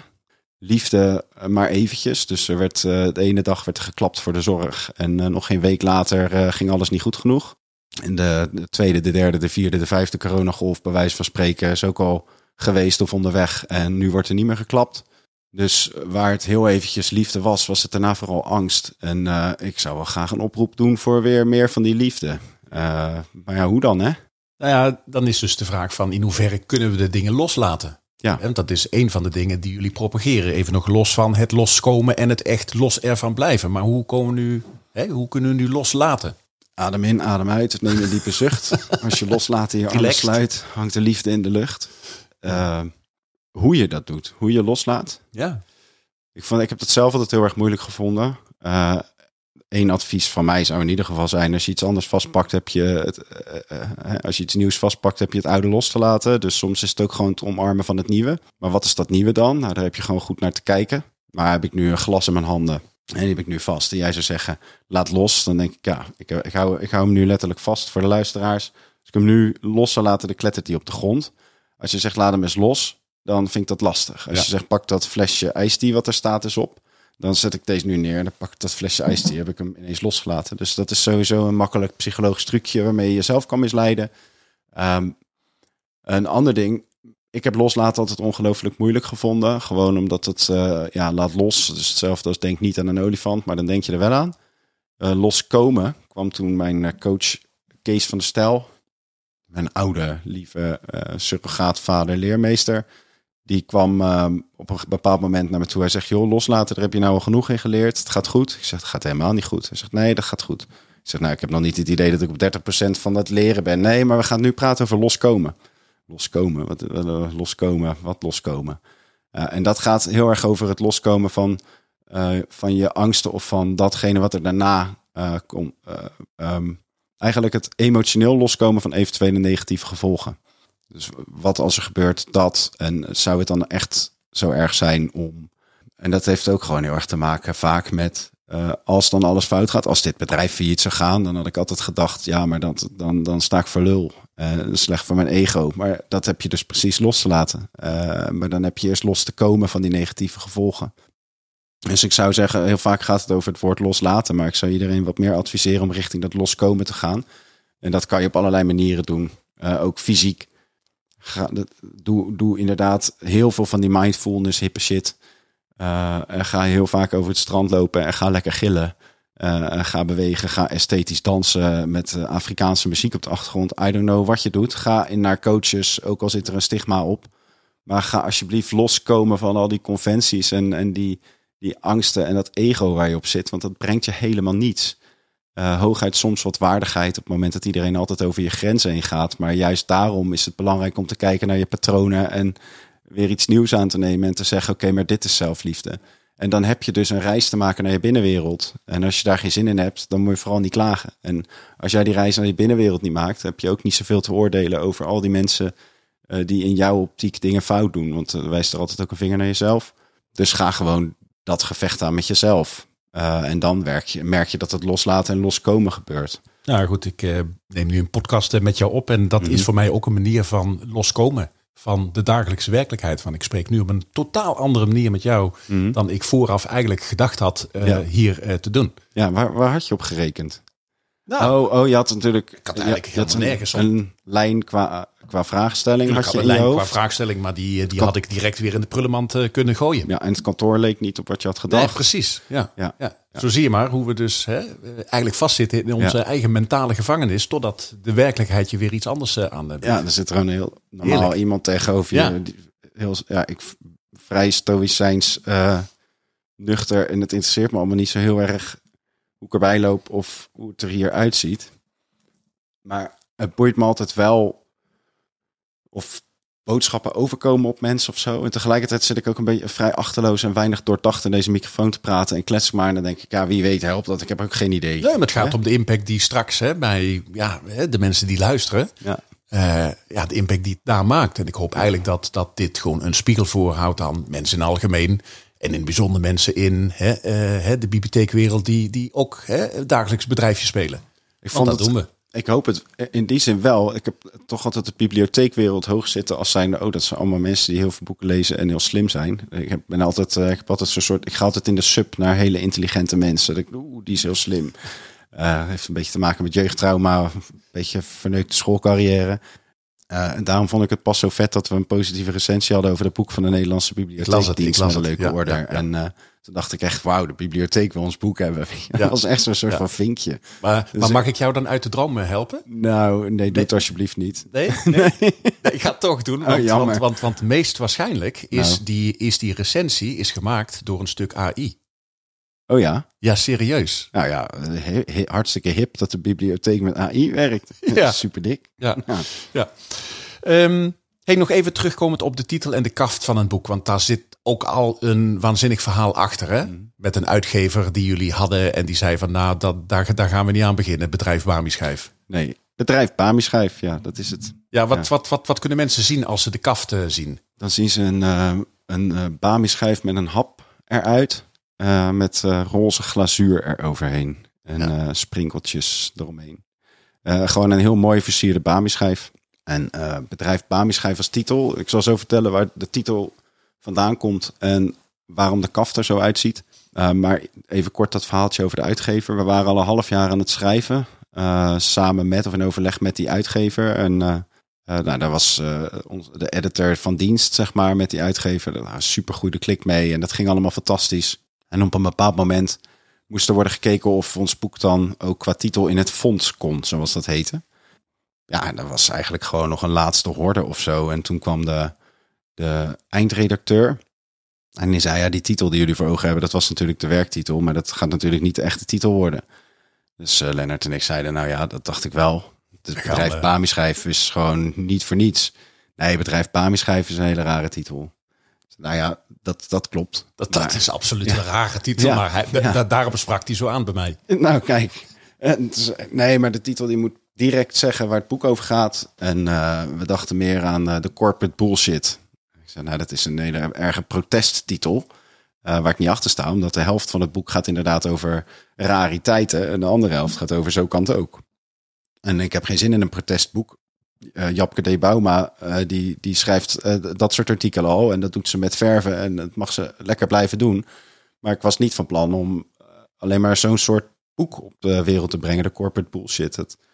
Liefde uh, maar eventjes. Dus er werd uh, de ene dag werd er geklapt voor de zorg. En uh, nog geen week later uh, ging alles niet goed genoeg. En de, de tweede, de derde, de vierde, de vijfde coronagolf, bij wijze van spreken, is ook al geweest of onderweg. En nu wordt er niet meer geklapt. Dus waar het heel eventjes liefde was, was het daarna vooral angst. En uh, ik zou wel graag een oproep doen voor weer meer van die liefde. Uh, maar ja, hoe dan, hè?
Nou ja, dan is dus de vraag van in hoeverre kunnen we de dingen loslaten? Ja. En dat is een van de dingen die jullie propageren. Even nog los van het loskomen en het echt los ervan blijven. Maar hoe komen we nu, hè, hoe kunnen we nu loslaten?
Adem in, adem uit, neem een diepe zucht. Als je loslaat en je armen sluit, hangt de liefde in de lucht. Uh, hoe je dat doet, hoe je loslaat.
Ja.
Ik, vond, ik heb het zelf altijd heel erg moeilijk gevonden. Uh, Eén advies van mij zou in ieder geval zijn, als je iets anders vastpakt, heb je het, uh, uh, als je iets nieuws vastpakt, heb je het oude los te laten. Dus soms is het ook gewoon het omarmen van het nieuwe. Maar wat is dat nieuwe dan? Nou, daar heb je gewoon goed naar te kijken. Maar heb ik nu een glas in mijn handen en die heb ik nu vast. En jij zou zeggen, laat los. Dan denk ik, ja, ik, ik, hou, ik hou hem nu letterlijk vast voor de luisteraars. Als ik hem nu los zou laten, dan klettert hij op de grond. Als je zegt, laat hem eens los, dan vind ik dat lastig. Als ja. je zegt, pak dat flesje ijsthee wat er staat eens op. Dan zet ik deze nu neer en dan pak ik dat flesje ijsthee. Heb ik hem ineens losgelaten. Dus dat is sowieso een makkelijk psychologisch trucje waarmee je jezelf kan misleiden. Um, een ander ding. Ik heb loslaten altijd ongelooflijk moeilijk gevonden. Gewoon omdat het, uh, ja, laat los. Dus hetzelfde als denk niet aan een olifant, maar dan denk je er wel aan. Uh, loskomen kwam toen mijn coach Kees van der Stijl. Mijn oude, lieve uh, surrogaatvader, leermeester. Die kwam uh, op een bepaald moment naar me toe. Hij zegt, joh, loslaten, daar heb je nou al genoeg in geleerd. Het gaat goed. Ik zeg, het gaat helemaal niet goed. Hij zegt, nee, dat gaat goed. Ik zeg, nou, ik heb nog niet het idee dat ik op dertig procent van het leren ben. Nee, maar we gaan nu praten over loskomen. Loskomen, wat, uh, loskomen, wat loskomen. Uh, en dat gaat heel erg over het loskomen van, uh, van je angsten of van datgene wat er daarna uh, komt. Uh, um, eigenlijk het emotioneel loskomen van eventuele negatieve gevolgen. Dus wat als er gebeurt dat, en zou het dan echt zo erg zijn om... En dat heeft ook gewoon heel erg te maken vaak met, uh, als dan alles fout gaat, als dit bedrijf failliet zou gaan, dan had ik altijd gedacht, ja, maar dat, dan, dan sta ik voor lul. Uh, dat is slecht voor mijn ego. Maar dat heb je dus precies los te laten. Uh, maar dan heb je eerst los te komen van die negatieve gevolgen. Dus ik zou zeggen, heel vaak gaat het over het woord loslaten, maar ik zou iedereen wat meer adviseren om richting dat loskomen te gaan. En dat kan je op allerlei manieren doen, uh, ook fysiek. Ga, dat, doe, doe inderdaad heel veel van die mindfulness, hippe shit. Uh, en ga heel vaak over het strand lopen en ga lekker gillen. Uh, en ga bewegen, ga esthetisch dansen met uh, Afrikaanse muziek op de achtergrond. I don't know wat je doet. Ga in naar coaches, ook al zit er een stigma op. Maar ga alsjeblieft loskomen van al die conventies en, en die, die angsten en dat ego waar je op zit. Want dat brengt je helemaal niets. Uh, hooguit soms wat waardigheid op het moment dat iedereen altijd over je grenzen heen gaat. Maar juist daarom is het belangrijk om te kijken naar je patronen en weer iets nieuws aan te nemen en te zeggen, oké, okay, maar dit is zelfliefde. En dan heb je dus een reis te maken naar je binnenwereld. En als je daar geen zin in hebt, dan moet je vooral niet klagen. En als jij die reis naar je binnenwereld niet maakt, heb je ook niet zoveel te oordelen over al die mensen uh, die in jouw optiek dingen fout doen. Want uh, wijst er altijd ook een vinger naar jezelf. Dus ga gewoon dat gevecht aan met jezelf. Uh, en dan werk je, merk je dat het loslaten en loskomen gebeurt.
Nou goed, ik uh, neem nu een podcast uh, met jou op. En dat mm-hmm. is voor mij ook een manier van loskomen van de dagelijkse werkelijkheid. Van ik spreek nu op een totaal andere manier met jou mm-hmm. dan ik vooraf eigenlijk gedacht had uh, ja. hier uh, te doen.
Ja, waar, waar had je op gerekend? Nou, oh, oh, je had natuurlijk
ik had eigenlijk
je,
helemaal
je
nergens
een, een lijn qua, qua vraagstelling.
Ik
had
had
je
een
in je
lijn
hoofd.
qua vraagstelling, maar die, die had ik direct weer in de prullenmand uh, kunnen gooien.
Ja, en het kantoor leek niet op wat je had gedacht.
Nee, precies. Ja.
Ja.
Ja. Ja. Zo zie je maar hoe we dus hè, eigenlijk vastzitten in onze ja. eigen mentale gevangenis, totdat de werkelijkheid je weer iets anders uh, aan hebt.
Ja, er zit er een heel normaal Heerlijk. iemand tegenover je.
Ja.
Die, heel, ja, ik vrij stoïcijns uh, nuchter en het interesseert me allemaal niet zo heel erg hoe ik erbij loop of hoe het er hier uitziet. Maar het boeit me altijd wel of boodschappen overkomen op mensen of zo. En tegelijkertijd zit ik ook een beetje vrij achterloos en weinig doordacht in deze microfoon te praten en klets maar. En dan denk ik, ja, wie weet helpt dat. Ik heb ook geen idee.
Nee, maar het gaat
Hè?
om de impact die straks hè, bij ja, de mensen die luisteren,
ja.
Uh, ja, de impact die het daar maakt. En ik hoop eigenlijk dat, dat dit gewoon een spiegel voorhoudt aan mensen in het algemeen. En in het bijzonder mensen in hè, uh, de bibliotheekwereld die, die ook hè, dagelijks bedrijfje spelen.
Ik vond
dat
het,
doen we.
Ik hoop het in die zin wel. Ik heb toch altijd de bibliotheekwereld hoog zitten als zijnde, oh, dat zijn allemaal mensen die heel veel boeken lezen en heel slim zijn. Ik heb, ben altijd, uh, ik heb altijd zo'n soort, ik ga altijd in de sub naar hele intelligente mensen. Dat ik, oeh, die is heel slim. Uh, heeft een beetje te maken met jeugdtrauma, een beetje verneukte schoolcarrière. Uh, en daarom vond ik het pas zo vet dat we een positieve recensie hadden over het boek van de Nederlandse Bibliotheekdienst met een leuke ja, order. Ja, ja. En uh, toen dacht ik echt, wauw, de bibliotheek wil ons boek hebben. Ja. Dat was echt zo'n soort ja. van vinkje.
Maar,
dus
maar mag ik jou dan uit de droom helpen?
Nou, nee, doe nee. het alsjeblieft niet.
Nee? Nee? nee ik ga het toch doen. Want,
oh, jammer.
want, want, want meest waarschijnlijk is,
nou.
die, is die recensie is gemaakt door een stuk A I.
Oh ja?
Ja, serieus.
Nou ja, he, he, hartstikke hip dat de bibliotheek met A I werkt.
Ja.
Super dik.
Ja. ja. ja. Um, hey, nog even terugkomend op de titel en de kaft van een boek. Want daar zit ook al een waanzinnig verhaal achter. Hè? Mm. Met een uitgever die jullie hadden en die zei van nou, dat, daar, daar gaan we niet aan beginnen. Het bedrijf Bami Schijf.
Nee, bedrijf Bami Schijf, ja, dat is het.
Ja, wat, ja. Wat, wat, wat kunnen mensen zien als ze de kaft uh, zien?
Dan zien ze een, uh, een uh, Bami Schijf met een hap eruit. Uh, met uh, roze glazuur eroverheen. En ja. uh, sprinkeltjes eromheen. Uh, gewoon een heel mooi versierde Bami Schijf. En uh, bedrijf Bami Schijf als titel. Ik zal zo vertellen waar de titel vandaan komt en waarom de kaft er zo uitziet. Uh, maar even kort dat verhaaltje over de uitgever. We waren al een half jaar aan het schrijven. Uh, samen met of in overleg met die uitgever. En uh, uh, nou, daar was uh, ons, de editor van dienst, zeg maar, met die uitgever. Daar was super goede klik mee en dat ging allemaal fantastisch. En op een bepaald moment moest er worden gekeken of ons boek dan ook qua titel in het fonds kon, zoals dat heette. Ja, en dat was eigenlijk gewoon nog een laatste horde of zo. En toen kwam de, de eindredacteur. En die zei, ja, die titel die jullie voor ogen hebben, dat was natuurlijk de werktitel. Maar dat gaat natuurlijk niet de echte titel worden. Dus uh, Lennart en ik zeiden, nou ja, dat dacht ik wel. Het bedrijf uh... Bami Schijf is gewoon niet voor niets. Nee, bedrijf Bami Schijf is een hele rare titel. Nou ja, dat, dat klopt.
Dat, dat
maar,
is absoluut ja. een rare titel, ja, maar hij, ja. da, daarop sprak hij zo aan bij mij.
Nou, kijk. Nee, maar de titel die moet direct zeggen waar het boek over gaat. En uh, we dachten meer aan uh, de corporate bullshit. Ik zei, nou, dat is een hele erge protesttitel. Uh, waar ik niet achter sta, omdat de helft van het boek gaat inderdaad over rariteiten. En de andere helft gaat over zo kan het ook. En ik heb geen zin in een protestboek. Uh, Japke D. Bouma, uh, die, die schrijft uh, dat soort artikelen al. En dat doet ze met verven. En dat mag ze lekker blijven doen. Maar ik was niet van plan om uh, alleen maar zo'n soort boek op de wereld te brengen. De corporate bullshit. Het,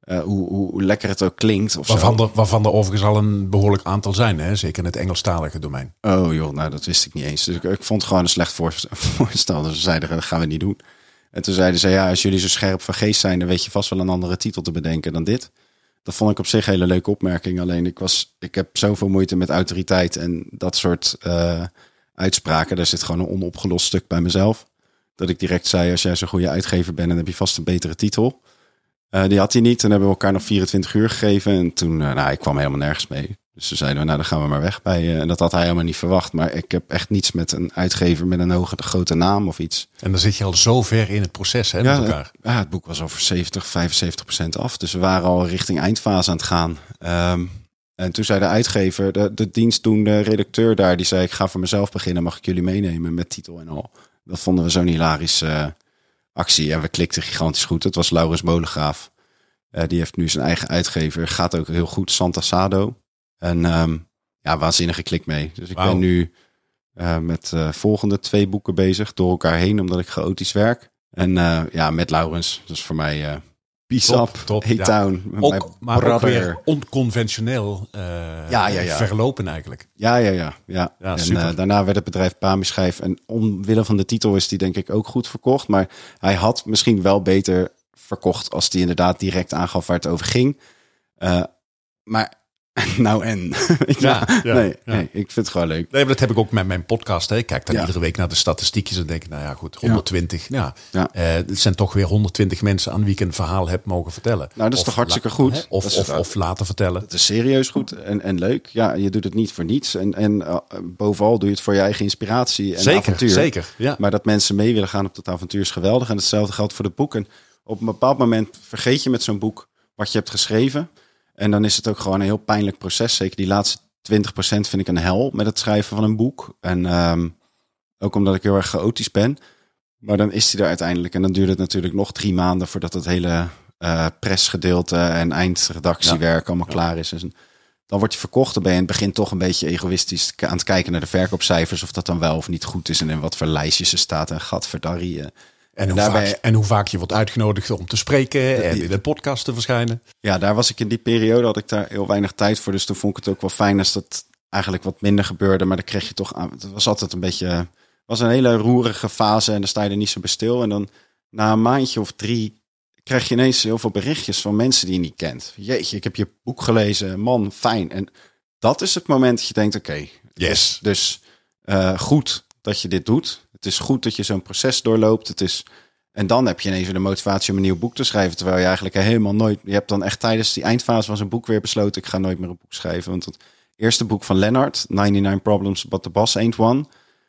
Uh, hoe, hoe, hoe lekker het ook klinkt. Of
waarvan,
zo.
Er, waarvan er overigens al een behoorlijk aantal zijn. Hè? Zeker in het Engelstalige domein.
Oh joh, nou dat wist ik niet eens. Dus ik, ik vond het gewoon een slecht voorstel. Dus ze zeiden, dat gaan we niet doen. En toen zeiden ze, ja, als jullie zo scherp van geest zijn, dan weet je vast wel een andere titel te bedenken dan dit. Dat vond ik op zich een hele leuke opmerking. Alleen ik, was, ik heb zoveel moeite met autoriteit en dat soort uh, uitspraken. Daar zit gewoon een onopgelost stuk bij mezelf. Dat ik direct zei, als jij zo'n goede uitgever bent, dan heb je vast een betere titel. Uh, die had hij niet. Toen hebben we elkaar nog vierentwintig uur gegeven. En toen, uh, nou, ik kwam helemaal nergens mee. Dus toen zeiden we, nou, dan gaan we maar weg bij je. En dat had hij helemaal niet verwacht. Maar ik heb echt niets met een uitgever met een hoge, grote naam of iets.
En dan zit je al zo ver in het proces, hè,
ja,
met elkaar.
Het, ja, het boek was over zeventig, vijfenzeventig procent af. Dus we waren al richting eindfase aan het gaan. Um, en toen zei de uitgever, de, de dienstdoende redacteur daar, die zei, ik ga voor mezelf beginnen. Mag ik jullie meenemen met titel en al? Dat vonden we zo'n hilarische uh, actie. En we klikten gigantisch goed. Het was Laurens Molengraaf. Uh, die heeft nu zijn eigen uitgever. Gaat ook heel goed. Santa Sado. En um, ja, waanzinnige klik mee. Dus ik wow. ben nu uh, met uh, volgende twee boeken bezig. Door elkaar heen, omdat ik chaotisch werk. En uh, ja, met Laurens. Dat is voor mij uh, peace top, up, top, A-Town.
Ja. Ook, maar brother. Ook weer onconventioneel uh,
ja, ja, ja.
verlopen eigenlijk.
Ja, ja, ja. ja.
ja
en uh, daarna werd het bedrijf Bami-Schijf. En omwille van de titel is die denk ik ook goed verkocht. Maar hij had misschien wel beter verkocht als die inderdaad direct aangaf waar het over ging. Uh, maar nou en. ja, ja, nee, ja. nee, ik vind het gewoon leuk.
Nee, maar dat heb ik ook met mijn podcast. Hè. Ik kijk dan ja. iedere week naar de statistiekjes en denk, nou ja, goed, honderdtwintig. Ja. Ja. Ja. Uh, het zijn toch weer honderdtwintig mensen aan wie ik een verhaal heb mogen vertellen.
Nou, dat is
of
toch hartstikke la- goed.
Hè? Of, of, of, of laten vertellen.
Het is serieus goed en, en leuk. Ja, je doet het niet voor niets. En, en uh, bovenal doe je het voor je eigen inspiratie en
zeker,
avontuur.
Zeker, ja.
Maar dat mensen mee willen gaan op dat avontuur is geweldig. En hetzelfde geldt voor het boek. En op een bepaald moment vergeet je met zo'n boek wat je hebt geschreven. En dan is het ook gewoon een heel pijnlijk proces. Zeker die laatste twintig procent vind ik een hel met het schrijven van een boek. En um, ook omdat ik heel erg chaotisch ben. Maar dan is hij er uiteindelijk. En dan duurt het natuurlijk nog drie maanden voordat het hele uh, pressgedeelte en eindredactiewerk ja. allemaal ja. klaar is. En dan wordt hij verkocht. Dan ben je in het begin toch een beetje egoïstisch aan het kijken naar de verkoopcijfers. Of dat dan wel of niet goed is. En in wat voor lijstjes er staat. En gadverdarrie. Uh,
En hoe, daarbij, vaak, en hoe vaak je wordt uitgenodigd om te spreken en in de podcast te verschijnen.
Ja, daar was ik in die periode, had ik daar heel weinig tijd voor. Dus toen vond ik het ook wel fijn als dat eigenlijk wat minder gebeurde. Maar dan kreeg je toch aan. Het was altijd een beetje. Het was een hele roerige fase en dan sta je er niet zo bij stil. En dan na een maandje of drie krijg je ineens heel veel berichtjes van mensen die je niet kent. Jeetje, ik heb je boek gelezen. Man, fijn. En dat is het moment dat je denkt, oké. Okay,
yes.
Dus uh, goed dat je dit doet. Het is goed dat je zo'n proces doorloopt. Het is, en dan heb je ineens weer de motivatie om een nieuw boek te schrijven. Terwijl je eigenlijk helemaal nooit... Je hebt dan echt tijdens die eindfase van zo'n boek weer besloten... ik ga nooit meer een boek schrijven. Want het eerste boek van Lennart... negenennegentig Problems But The Boss Ain't One...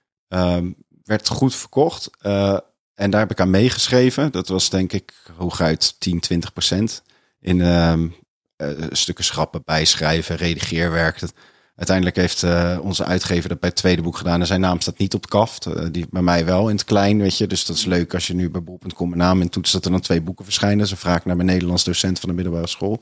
Um, werd goed verkocht. Uh, en daar heb ik aan meegeschreven. Dat was denk ik hooguit tien, twintig procent. In um, uh, stukken schrappen, bijschrijven, redigeerwerk... Dat, uiteindelijk heeft uh, onze uitgever dat bij het tweede boek gedaan. En zijn naam staat niet op het kaft. Uh, die bij mij wel in het klein, weet je. Dus dat is leuk als je nu bij bol punt com een naam in toetst... dat er dan twee boeken verschijnen. Dat is een vraag naar mijn Nederlands docent van de middelbare school.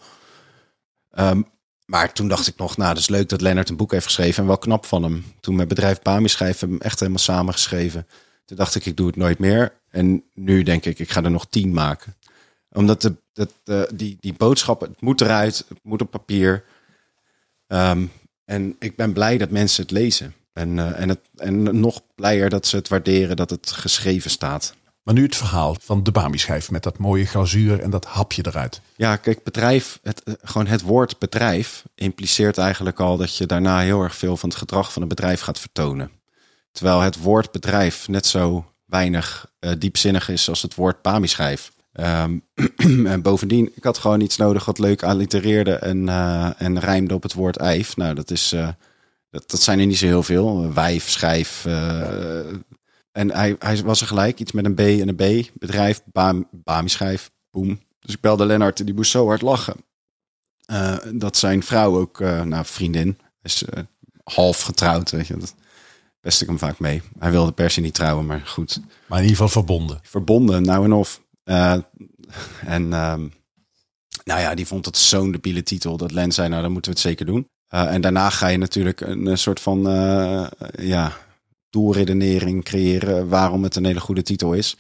Um, maar toen dacht ik nog, nou, dat is leuk dat Lennart een boek heeft geschreven. En wel knap van hem. Toen mijn bedrijf Bami-Schijf hem echt helemaal samengeschreven. Toen dacht ik, ik doe het nooit meer. En nu denk ik, ik ga er nog tien maken. Omdat de, de, de, die, die boodschappen, het moet eruit. Het moet op papier. Um, En ik ben blij dat mensen het lezen. En, uh, en, het, en nog blijer dat ze het waarderen dat het geschreven staat.
Maar nu het verhaal van de Bami-schijf met dat mooie glazuur en dat hapje eruit.
Ja, kijk, bedrijf, het, gewoon het woord bedrijf impliceert eigenlijk al dat je daarna heel erg veel van het gedrag van een bedrijf gaat vertonen. Terwijl het woord bedrijf net zo weinig uh, diepzinnig is als het woord Bami-schijf. Um, en bovendien, ik had gewoon iets nodig wat leuk allitereerde en, uh, en rijmde op het woord ijf. Nou, dat is uh, dat, dat zijn er niet zo heel veel. Wijf, schijf. Uh, en hij, hij was er gelijk, iets met een B en een B. Bedrijf, Bam, Bami-schijf, boem. Dus ik belde Lennart en die moest zo hard lachen. Uh, dat zijn vrouw ook, uh, nou, vriendin, is uh, half getrouwd, weet je. Dat best ik hem vaak mee. Hij wilde per se niet trouwen, maar goed.
Maar in ieder geval verbonden.
Verbonden, nou en of. Uh, en um, nou ja, die vond het zo'n debiele titel dat Len zei, nou dan moeten we het zeker doen. Uh, en daarna ga je natuurlijk een, een soort van uh, ja, doelredenering creëren waarom het een hele goede titel is.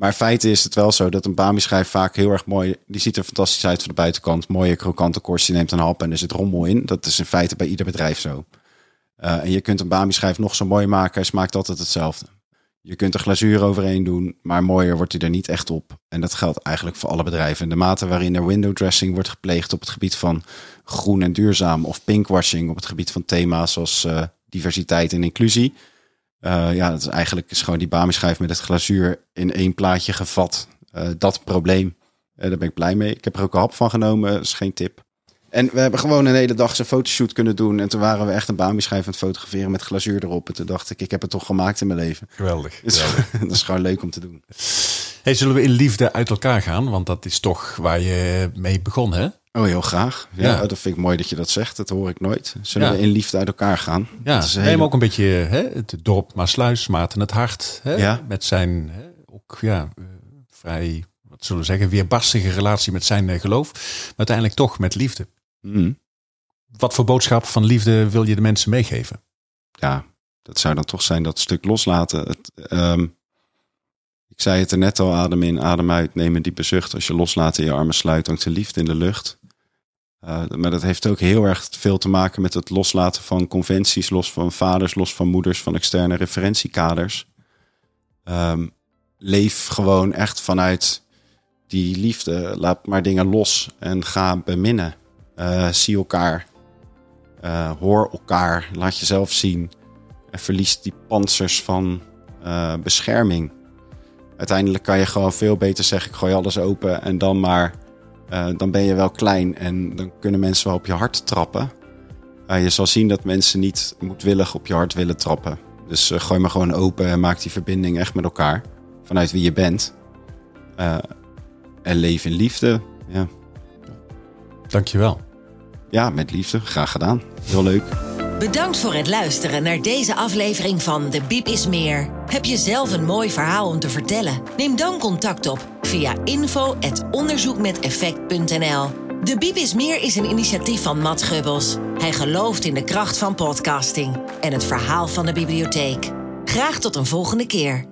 Maar in feite is het wel zo dat een Bami-schijf vaak heel erg mooi... Die ziet er fantastisch uit van de buitenkant. Mooie krokante korst, je neemt een hap en er zit rommel in. Dat is in feite bij ieder bedrijf zo. Uh, en je kunt een Bami-schijf nog zo mooi maken. Hij smaakt altijd hetzelfde. Je kunt er glazuur overheen doen, maar mooier wordt hij er niet echt op. En dat geldt eigenlijk voor alle bedrijven. En de mate waarin er window dressing wordt gepleegd op het gebied van groen en duurzaam... of pinkwashing op het gebied van thema's zoals uh, diversiteit en inclusie... Uh, ja, dat is eigenlijk is gewoon die Bami-schijf met het glazuur in één plaatje gevat. Uh, dat probleem. Uh, daar ben ik blij mee. Ik heb er ook een hap van genomen. Dat is geen tip. En we hebben gewoon een hele dag zo'n fotoshoot kunnen doen. En toen waren we echt een Bami-schijf aan het fotograferen met glazuur erop. En toen dacht ik, ik heb het toch gemaakt in mijn leven.
Geweldig.
geweldig. Dat is gewoon leuk om te doen.
Hey, zullen we in liefde uit elkaar gaan? Want dat is toch waar je mee begon, hè?
Oh, heel graag. Ja, ja. Dat vind ik mooi dat je dat zegt. Dat hoor ik nooit. Zullen ja. we in liefde uit elkaar gaan?
Ja, dat is hele... nee, ook een beetje hè, het dorp Maassluis, Maarten het Hart. Hè,
ja.
Met zijn hè, ook ja, vrij, wat zullen we zeggen, weerbarstige relatie met zijn geloof. Maar uiteindelijk toch met liefde.
Mm.
Wat voor boodschap van liefde wil je de mensen meegeven?
Ja, dat zou dan toch zijn dat stuk loslaten. Het, um, ik zei het er net al, adem in, adem uit, neem een diepe zucht. Als je loslaat en je armen sluit, hangt de liefde in de lucht. Uh, maar dat heeft ook heel erg veel te maken met het loslaten van conventies, los van vaders, los van moeders, van externe referentiekaders. Um, leef gewoon echt vanuit die liefde. Laat maar dingen los en ga beminnen. Uh, zie elkaar, uh, hoor elkaar, laat jezelf zien en verlies die pantsers van uh, bescherming. Uiteindelijk kan je gewoon veel beter zeggen, ik gooi alles open en dan maar, uh, dan ben je wel klein en dan kunnen mensen wel op je hart trappen. Uh, je zal zien dat mensen niet moedwillig op je hart willen trappen. Dus uh, gooi maar gewoon open en maak die verbinding echt met elkaar, vanuit wie je bent. Uh, en leef in liefde, ja.
Dankjewel.
Ja, met liefde. Graag gedaan. Heel leuk.
Bedankt voor het luisteren naar deze aflevering van De Biep is Meer. Heb je zelf een mooi verhaal om te vertellen? Neem dan contact op via info at onderzoekmeteffect punt n l. De Biep is Meer is een initiatief van Matt Gubbels. Hij gelooft in de kracht van podcasting en het verhaal van de bibliotheek. Graag tot een volgende keer.